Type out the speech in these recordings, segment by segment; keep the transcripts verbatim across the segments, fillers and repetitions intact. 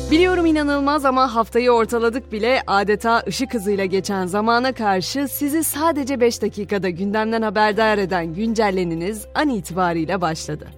Biliyorum inanılmaz ama haftayı ortaladık bile. Adeta ışık hızıyla geçen zamana karşı sizi sadece beş dakikada gündemden haberdar eden güncelleniniz an itibariyle başladı.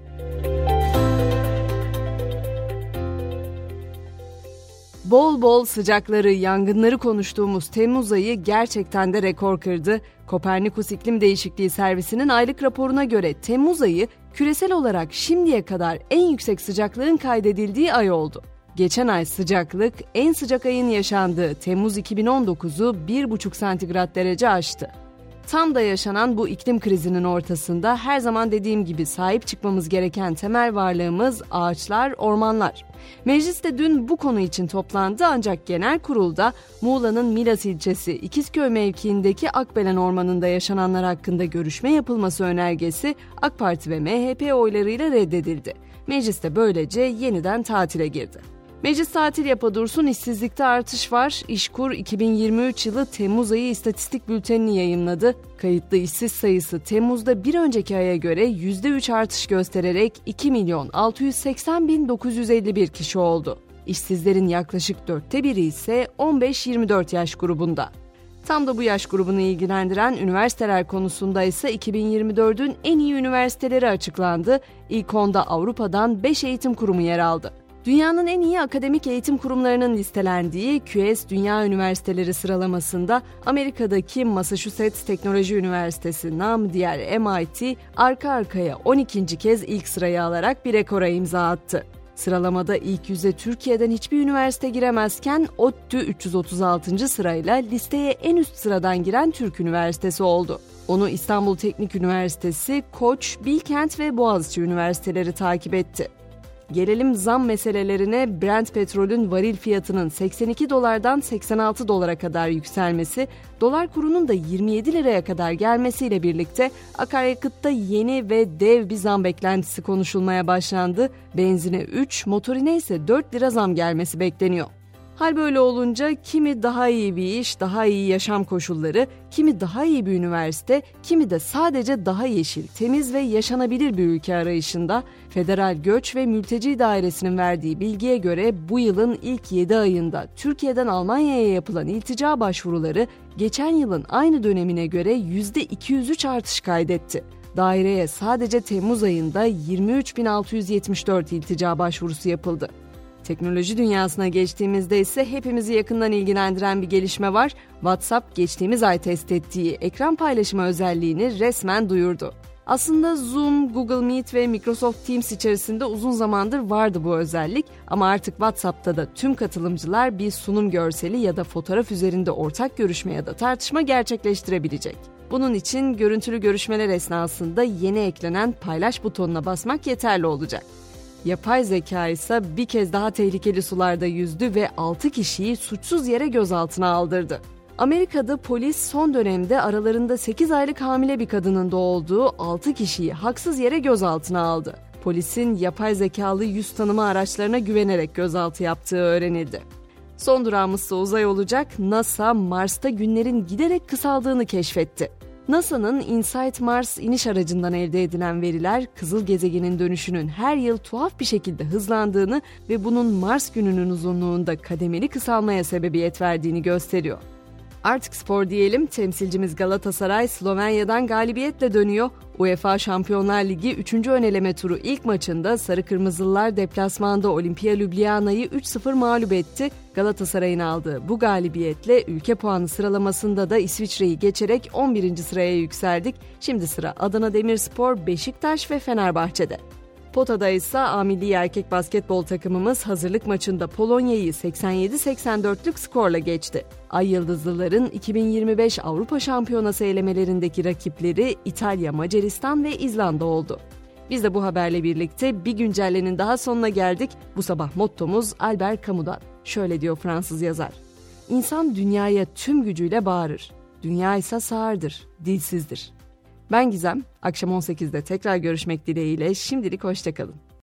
Bol bol sıcakları, yangınları konuştuğumuz Temmuz ayı gerçekten de rekor kırdı. Kopernikus İklim Değişikliği Servisi'nin aylık raporuna göre Temmuz ayı küresel olarak şimdiye kadar en yüksek sıcaklığın kaydedildiği ay oldu. Geçen ay sıcaklık en sıcak ayın yaşandığı Temmuz iki bin on dokuzu bir buçuk santigrat derece aştı. Tam da yaşanan bu iklim krizinin ortasında her zaman dediğim gibi sahip çıkmamız gereken temel varlığımız ağaçlar, ormanlar. Meclis de dün bu konu için toplandı ancak genel kurulda Muğla'nın Milas ilçesi İkizköy mevkiindeki Akbelen Ormanı'nda yaşananlar hakkında görüşme yapılması önergesi AK Parti ve M H P oylarıyla reddedildi. Meclis de böylece yeniden tatile girdi. Meclis tatil yapa dursun, işsizlikte artış var. İşkur iki bin yirmi üç yılı Temmuz ayı istatistik bültenini yayımladı. Kayıtlı işsiz sayısı Temmuz'da bir önceki aya göre yüzde üç artış göstererek iki milyon altı yüz seksen bin dokuz yüz elli bir kişi oldu. İşsizlerin yaklaşık dörtte biri ise on beş yirmi dört yaş grubunda. Tam da bu yaş grubunu ilgilendiren üniversiteler konusunda ise iki bin yirmi dördün en iyi üniversiteleri açıklandı. İlk onda Avrupa'dan beş eğitim kurumu yer aldı. Dünyanın en iyi akademik eğitim kurumlarının listelendiği Q S Dünya Üniversiteleri sıralamasında Amerika'daki Massachusetts Teknoloji Üniversitesi, namı diğer M I T, arka arkaya on ikinci kez ilk sırayı alarak bir rekora imza attı. Sıralamada ilk yüze Türkiye'den hiçbir üniversite giremezken ODTÜ üç yüz otuz altıncı sırayla listeye en üst sıradan giren Türk üniversitesi oldu. Onu İstanbul Teknik Üniversitesi, Koç, Bilkent ve Boğaziçi üniversiteleri takip etti. Gelelim zam meselelerine. Brent petrolün varil fiyatının seksen iki dolardan seksen altı dolara kadar yükselmesi, dolar kurunun da yirmi yedi liraya kadar gelmesiyle birlikte akaryakıtta yeni ve dev bir zam beklentisi konuşulmaya başlandı. Benzine üç, motorine ise dört lira zam gelmesi bekleniyor. Hal böyle olunca kimi daha iyi bir iş, daha iyi yaşam koşulları, kimi daha iyi bir üniversite, kimi de sadece daha yeşil, temiz ve yaşanabilir bir ülke arayışında. Federal Göç ve Mülteci Dairesi'nin verdiği bilgiye göre bu yılın ilk yedi ayında Türkiye'den Almanya'ya yapılan iltica başvuruları geçen yılın aynı dönemine göre yüzde iki yüz üç artış kaydetti. Daireye sadece Temmuz ayında yirmi üç bin altı yüz yetmiş dört iltica başvurusu yapıldı. Teknoloji dünyasına geçtiğimizde ise hepimizi yakından ilgilendiren bir gelişme var. WhatsApp geçtiğimiz ay test ettiği ekran paylaşımı özelliğini resmen duyurdu. Aslında Zoom, Google Meet ve Microsoft Teams içerisinde uzun zamandır vardı bu özellik ama artık WhatsApp'ta da tüm katılımcılar bir sunum görseli ya da fotoğraf üzerinde ortak görüşme ya da tartışma gerçekleştirebilecek. Bunun için görüntülü görüşmeler esnasında yeni eklenen paylaş butonuna basmak yeterli olacak. Yapay zeka ise bir kez daha tehlikeli sularda yüzdü ve altı kişiyi suçsuz yere gözaltına aldırdı. Amerika'da polis son dönemde aralarında sekiz aylık hamile bir kadının da olduğu altı kişiyi haksız yere gözaltına aldı. Polisin yapay zekalı yüz tanıma araçlarına güvenerek gözaltı yaptığı öğrenildi. Son durağımızsa uzay olacak. NASA, Mars'ta günlerin giderek kısaldığını keşfetti. NASA'nın InSight Mars iniş aracından elde edilen veriler, kızıl gezegenin dönüşünün her yıl tuhaf bir şekilde hızlandığını ve bunun Mars gününün uzunluğunda kademeli kısalmaya sebebiyet verdiğini gösteriyor. Artık spor diyelim, temsilcimiz Galatasaray Slovenya'dan galibiyetle dönüyor. UEFA Şampiyonlar Ligi üçüncü öneleme turu ilk maçında Sarı Kırmızılılar deplasmanda Olimpia Ljubljana'yı üç sıfır mağlup etti. Galatasaray'ın aldığı bu galibiyetle ülke puanı sıralamasında da İsviçre'yi geçerek on birinci sıraya yükseldik. Şimdi sıra Adana Demirspor, Beşiktaş ve Fenerbahçe'de. Potada ise A Milli Erkek Basketbol takımımız hazırlık maçında Polonya'yı seksen yedi seksen dörtlük skorla geçti. Ay Yıldızlıların iki bin yirmi beş Avrupa Şampiyonası elemelerindeki rakipleri İtalya, Macaristan ve İzlanda oldu. Biz de bu haberle birlikte bir güncellenin daha sonuna geldik. Bu sabah mottomuz Albert Camus'dan. Şöyle diyor Fransız yazar: İnsan dünyaya tüm gücüyle bağırır. Dünya ise sağırdır, dilsizdir. Ben Gizem. Akşam on sekizde tekrar görüşmek dileğiyle şimdilik hoşça kalın.